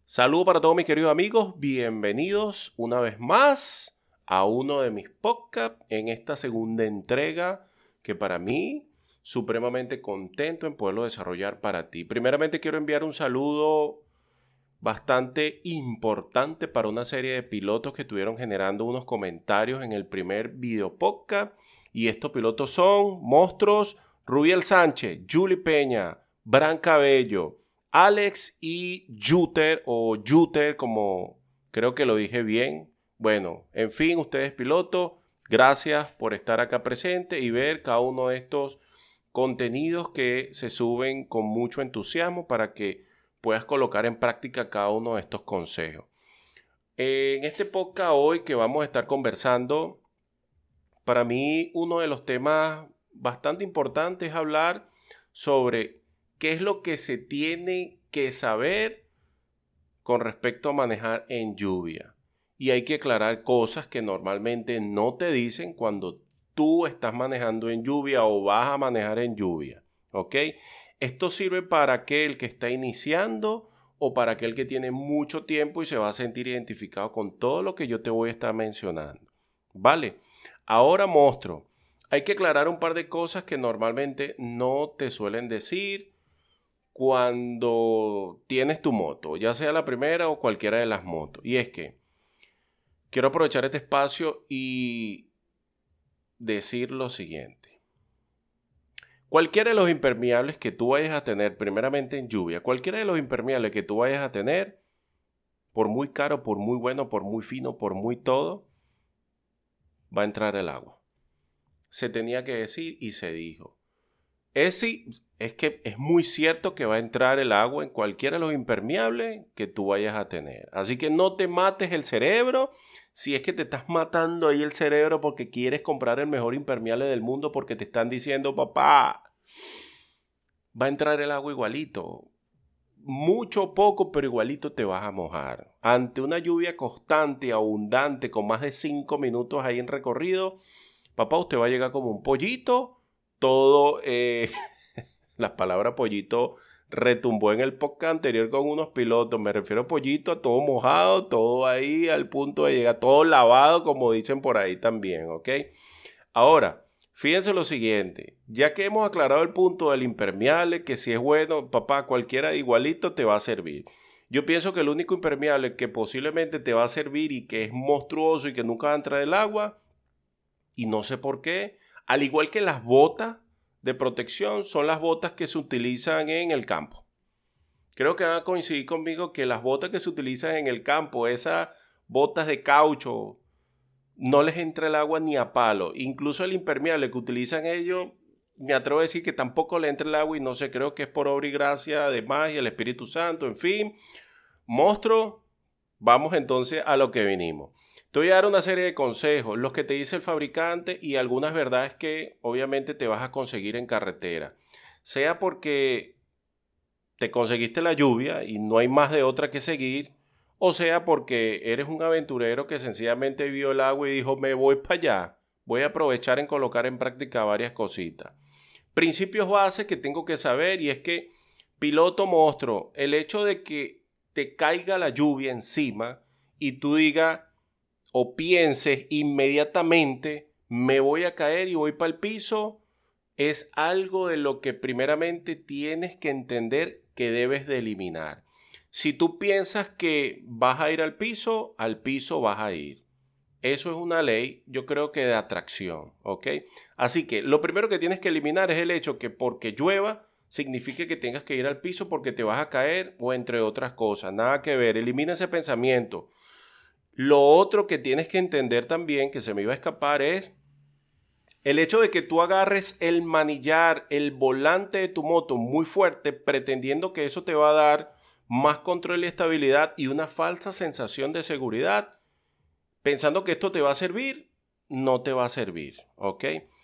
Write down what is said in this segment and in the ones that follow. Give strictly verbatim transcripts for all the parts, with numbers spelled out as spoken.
Saludos para todos mis queridos amigos, bienvenidos una vez más a uno de mis podcasts en esta segunda entrega que para mí supremamente contento en poderlo desarrollar para ti. Primeramente quiero enviar un saludo bastante importante para una serie de pilotos que estuvieron generando unos comentarios en el primer video podcast y estos pilotos son Monstruos, Rubiel Sánchez, Julie Peña, Bran Cabello, Alex y Juter o Juter, como creo que lo dije bien. Bueno, en fin, ustedes pilotos, gracias por estar acá presente y ver cada uno de estos contenidos que se suben con mucho entusiasmo para que puedas colocar en práctica cada uno de estos consejos. En este podcast hoy que vamos a estar conversando, para mí uno de los temas bastante importantes es hablar sobre ¿qué es lo que se tiene que saber con respecto a manejar en lluvia? Y hay que aclarar cosas que normalmente no te dicen cuando tú estás manejando en lluvia o vas a manejar en lluvia, ¿ok? Esto sirve para aquel que está iniciando o para aquel que tiene mucho tiempo y se va a sentir identificado con todo lo que yo te voy a estar mencionando, ¿vale? Ahora, monstruo, hay que aclarar un par de cosas que normalmente no te suelen decir cuando tienes tu moto, ya sea la primera o cualquiera de las motos. Y es que quiero aprovechar este espacio y decir lo siguiente. Cualquiera de los impermeables que tú vayas a tener, primeramente en lluvia, cualquiera de los impermeables que tú vayas a tener, por muy caro, por muy bueno, por muy fino, por muy todo, va a entrar el agua. Se tenía que decir y se dijo. Es, es que es muy cierto que va a entrar el agua en cualquiera de los impermeables que tú vayas a tener. Así que no te mates el cerebro si es que te estás matando ahí el cerebro porque quieres comprar el mejor impermeable del mundo porque te están diciendo, papá, va a entrar el agua igualito. Mucho o poco, pero igualito te vas a mojar. Ante una lluvia constante, abundante, con más de cinco minutos ahí en recorrido, papá, usted va a llegar como un pollito. Todo, eh, las palabras pollito retumbó en el podcast anterior con unos pilotos. Me refiero a pollito, a todo mojado, todo ahí al punto de llegar, todo lavado, como dicen por ahí también, ¿ok? Ahora, fíjense lo siguiente. Ya que hemos aclarado el punto del impermeable, que si es bueno, papá, cualquiera igualito te va a servir. Yo pienso que el único impermeable que posiblemente te va a servir y que es monstruoso y que nunca va a entrar el agua, y no sé por qué, al igual que las botas de protección, son las botas que se utilizan en el campo. Creo que van a coincidir conmigo que las botas que se utilizan en el campo, esas botas de caucho, no les entra el agua ni a palo. Incluso el impermeable que utilizan ellos, me atrevo a decir que tampoco le entra el agua y no sé, creo que es por obra y gracia de magia, el Espíritu Santo, en fin. Monstruo, vamos entonces a lo que vinimos. Te voy a dar una serie de consejos, los que te dice el fabricante y algunas verdades que obviamente te vas a conseguir en carretera. Sea porque te conseguiste la lluvia y no hay más de otra que seguir, o sea porque eres un aventurero que sencillamente vio el agua y dijo, me voy para allá, voy a aprovechar en colocar en práctica varias cositas. Principios base que tengo que saber y es que, piloto monstruo, el hecho de que te caiga la lluvia encima y tú digas, o pienses inmediatamente, me voy a caer y voy para el piso, es algo de lo que primeramente tienes que entender que debes de eliminar. Si tú piensas que vas a ir al piso, al piso vas a ir. Eso es una ley, yo creo que de atracción, ¿ok? Así que lo primero que tienes que eliminar es el hecho que porque llueva, significa que tengas que ir al piso porque te vas a caer o entre otras cosas. Nada que ver, elimina ese pensamiento. Lo otro que tienes que entender también, que se me iba a escapar, es el hecho de que tú agarres el manillar, el volante de tu moto muy fuerte, pretendiendo que eso te va a dar más control y estabilidad y una falsa sensación de seguridad, pensando que esto te va a servir, no te va a servir, ¿ok?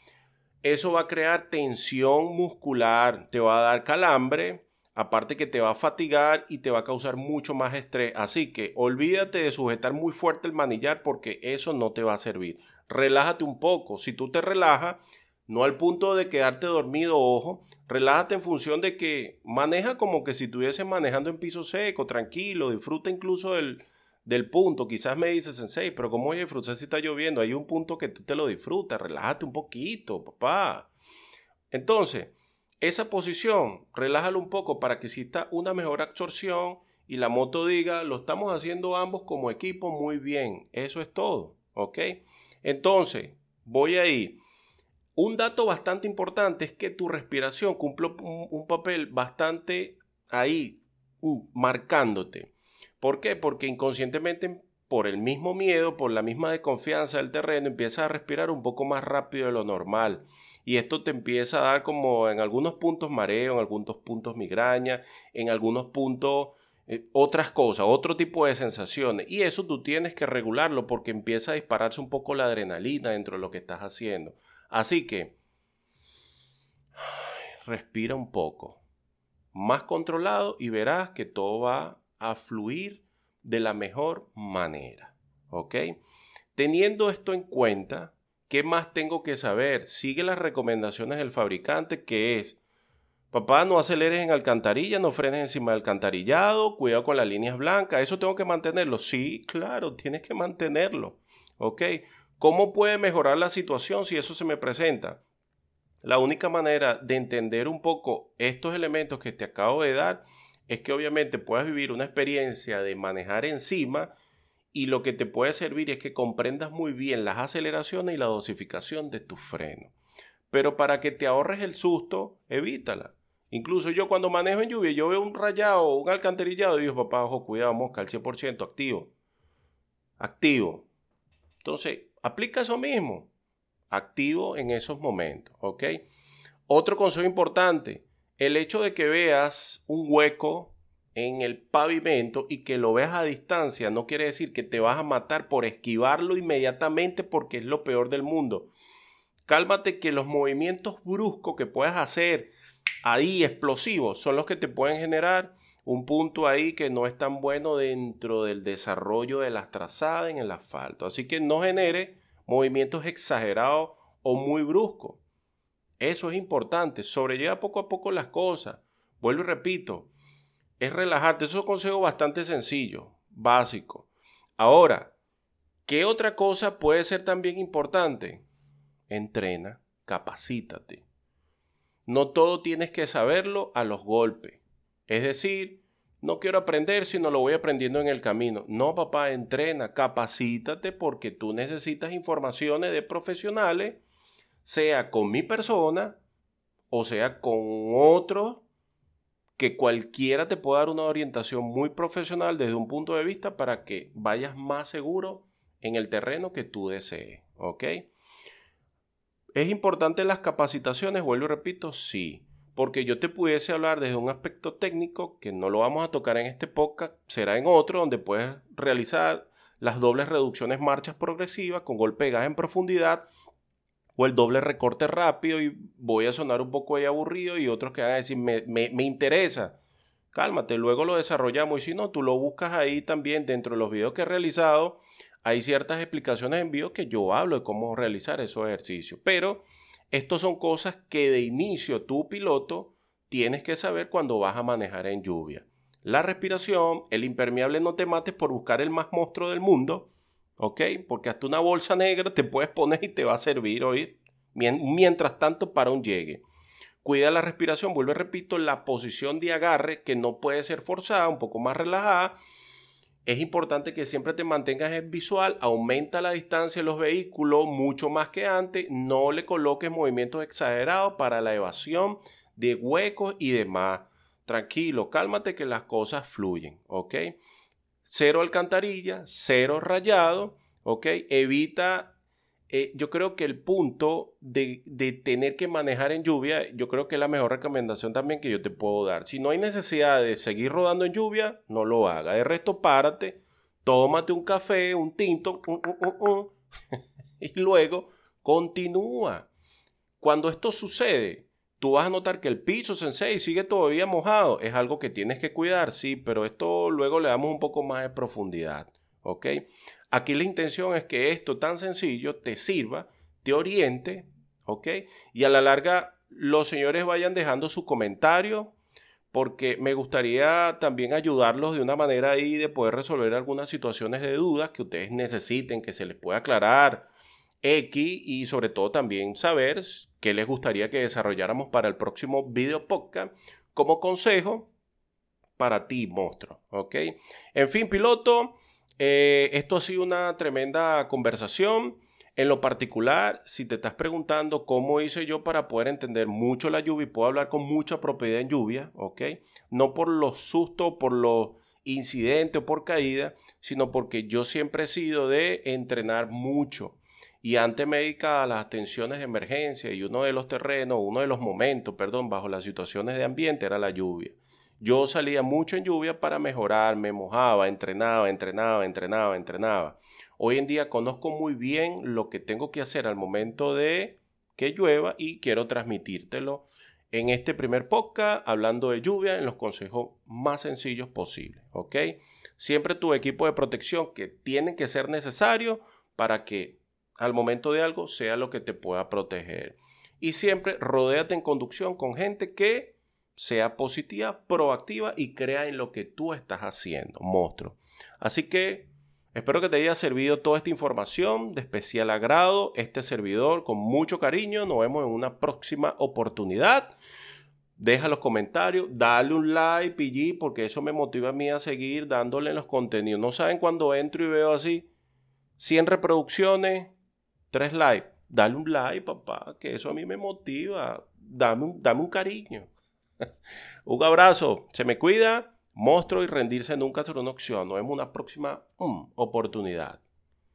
Eso va a crear tensión muscular, te va a dar calambre, aparte que te va a fatigar y te va a causar mucho más estrés. Así que olvídate de sujetar muy fuerte el manillar porque eso no te va a servir. Relájate un poco. Si tú te relajas, No al punto de quedarte dormido, ojo. Relájate en función de que maneja como que si estuvieses manejando en piso seco, tranquilo, disfruta incluso del, del punto. Quizás me dices, Sensei, pero ¿cómo voy a disfrutar si está lloviendo? Hay un punto que tú te lo disfrutas, relájate un poquito, papá. Entonces, esa posición, relájalo un poco para que exista una mejor absorción y la moto diga, lo estamos haciendo ambos como equipo muy bien. Eso es todo, ¿ok? Entonces, voy a ir. Un dato bastante importante es que tu respiración cumple un, un papel bastante ahí, uh, marcándote. ¿Por qué? Porque inconscientemente, por el mismo miedo, por la misma desconfianza del terreno, empiezas a respirar un poco más rápido de lo normal. Y esto te empieza a dar como en algunos puntos mareo, en algunos puntos migraña, en algunos puntos eh, otras cosas, otro tipo de sensaciones. Y eso tú tienes que regularlo porque empieza a dispararse un poco la adrenalina dentro de lo que estás haciendo. Así que, respira un poco, más controlado y verás que todo va a fluir de la mejor manera, ¿ok? Teniendo esto en cuenta, ¿qué más tengo que saber? Sigue las recomendaciones del fabricante, que es, papá, no aceleres en alcantarilla, no frenes encima del alcantarillado, cuidado con las líneas blancas, ¿eso tengo que mantenerlo? Sí, claro, tienes que mantenerlo, ¿ok? ¿Cómo puede mejorar la situación si eso se me presenta? La única manera de entender un poco estos elementos que te acabo de dar es que obviamente puedas vivir una experiencia de manejar encima y lo que te puede servir es que comprendas muy bien las aceleraciones y la dosificación de tu freno. Pero para que te ahorres el susto, evítala. Incluso yo cuando manejo en lluvia, yo veo un rayado o un alcantarillado y digo, papá, ojo, cuidado, mosca, al cien por ciento, activo. Activo. Entonces, aplica eso mismo. Activo en esos momentos, ¿ok? Otro consejo importante, el hecho de que veas un hueco en el pavimento y que lo veas a distancia no quiere decir que te vas a matar por esquivarlo inmediatamente porque es lo peor del mundo. Cálmate que los movimientos bruscos que puedas hacer ahí explosivos son los que te pueden generar un punto ahí que no es tan bueno dentro del desarrollo de las trazadas en el asfalto. Así que no genere movimientos exagerados o muy bruscos. Eso es importante. Sobrelleva poco a poco las cosas. Vuelvo y repito. Es relajarte. Eso es un consejo bastante sencillo, básico. Ahora, ¿qué otra cosa puede ser también importante? Entrena, capacítate. No todo tienes que saberlo a los golpes. Es decir, no quiero aprender si no lo voy aprendiendo en el camino. No, papá, entrena, capacítate porque tú necesitas informaciones de profesionales, sea con mi persona o sea con otros, que cualquiera te pueda dar una orientación muy profesional desde un punto de vista para que vayas más seguro en el terreno que tú desees, ¿ok? ¿Es importante las capacitaciones? Vuelvo y repito, sí. Porque yo te pudiese hablar desde un aspecto técnico, que no lo vamos a tocar en este podcast, será en otro, donde puedes realizar las dobles reducciones marchas progresivas con golpe de gas en profundidad o el doble recorte rápido, y voy a sonar un poco ahí aburrido y otros que van a decir, me, me, me interesa. Cálmate, luego lo desarrollamos y si no, tú lo buscas ahí también dentro de los videos que he realizado. Hay ciertas explicaciones en vivo que yo hablo de cómo realizar esos ejercicios, pero estos son cosas que de inicio tú, piloto, tienes que saber cuando vas a manejar en lluvia. La respiración, el impermeable no te mates por buscar el más monstruo del mundo, ¿ok? Porque hasta una bolsa negra te puedes poner y te va a servir, ¿oí? Mientras tanto para un llegue. Cuida la respiración, vuelvo y repito, la posición de agarre que no puede ser forzada, un poco más relajada. Es importante que siempre te mantengas en visual, aumenta la distancia de los vehículos mucho más que antes, no le coloques movimientos exagerados para la evasión de huecos y demás. Tranquilo, cálmate que las cosas fluyen, ¿ok? Cero alcantarilla, cero rayado, ¿ok? Evita, eh, yo creo que el punto de, de tener que manejar en lluvia, yo creo que es la mejor recomendación también que yo te puedo dar. Si no hay necesidad de seguir rodando en lluvia, no lo haga. De resto, párate, tómate un café, un tinto, uh, uh, uh, uh, y luego continúa. Cuando esto sucede, tú vas a notar que el piso, Sensei, sigue todavía mojado. Es algo que tienes que cuidar, sí, pero esto luego le damos un poco más de profundidad, ¿ok? Aquí la intención es que esto tan sencillo te sirva, te oriente, ¿ok? Y a la larga, los señores vayan dejando su comentario, porque me gustaría también ayudarlos de una manera ahí de poder resolver algunas situaciones de dudas que ustedes necesiten, que se les pueda aclarar X, y sobre todo también saber qué les gustaría que desarrolláramos para el próximo video podcast como consejo para ti, monstruo, ¿ok? En fin, piloto, eh, esto ha sido una tremenda conversación. En lo particular, si te estás preguntando cómo hice yo para poder entender mucho la lluvia y puedo hablar con mucha propiedad en lluvia, ¿ok? No por los sustos, por los incidentes o por caída, sino porque yo siempre he sido de entrenar mucho. Y antes me dedicaba a las atenciones de emergencia y uno de los terrenos, uno de los momentos, perdón, bajo las situaciones de ambiente era la lluvia. Yo salía mucho en lluvia para mejorar, me mojaba, entrenaba, entrenaba, entrenaba, entrenaba. Hoy en día conozco muy bien lo que tengo que hacer al momento de que llueva y quiero transmitírtelo en este primer podcast hablando de lluvia en los consejos más sencillos posibles, ¿ok? Siempre tu equipo de protección que tienen que ser necesarios para que al momento de algo sea lo que te pueda proteger. Y siempre rodéate en conducción con gente que sea positiva, proactiva y crea en lo que tú estás haciendo, monstruo. Así que espero que te haya servido toda esta información de especial agrado. Este servidor, con mucho cariño, nos vemos en una próxima oportunidad. Deja los comentarios, dale un like, P G, porque eso me motiva a mí a seguir dándole en los contenidos. No saben cuando entro y veo así cien reproducciones, tres likes. Dale un like, papá, que eso a mí me motiva. Dame un, dame un cariño. Un abrazo, se me cuida, monstruo, y rendirse nunca será una opción. Nos vemos en una próxima um, oportunidad.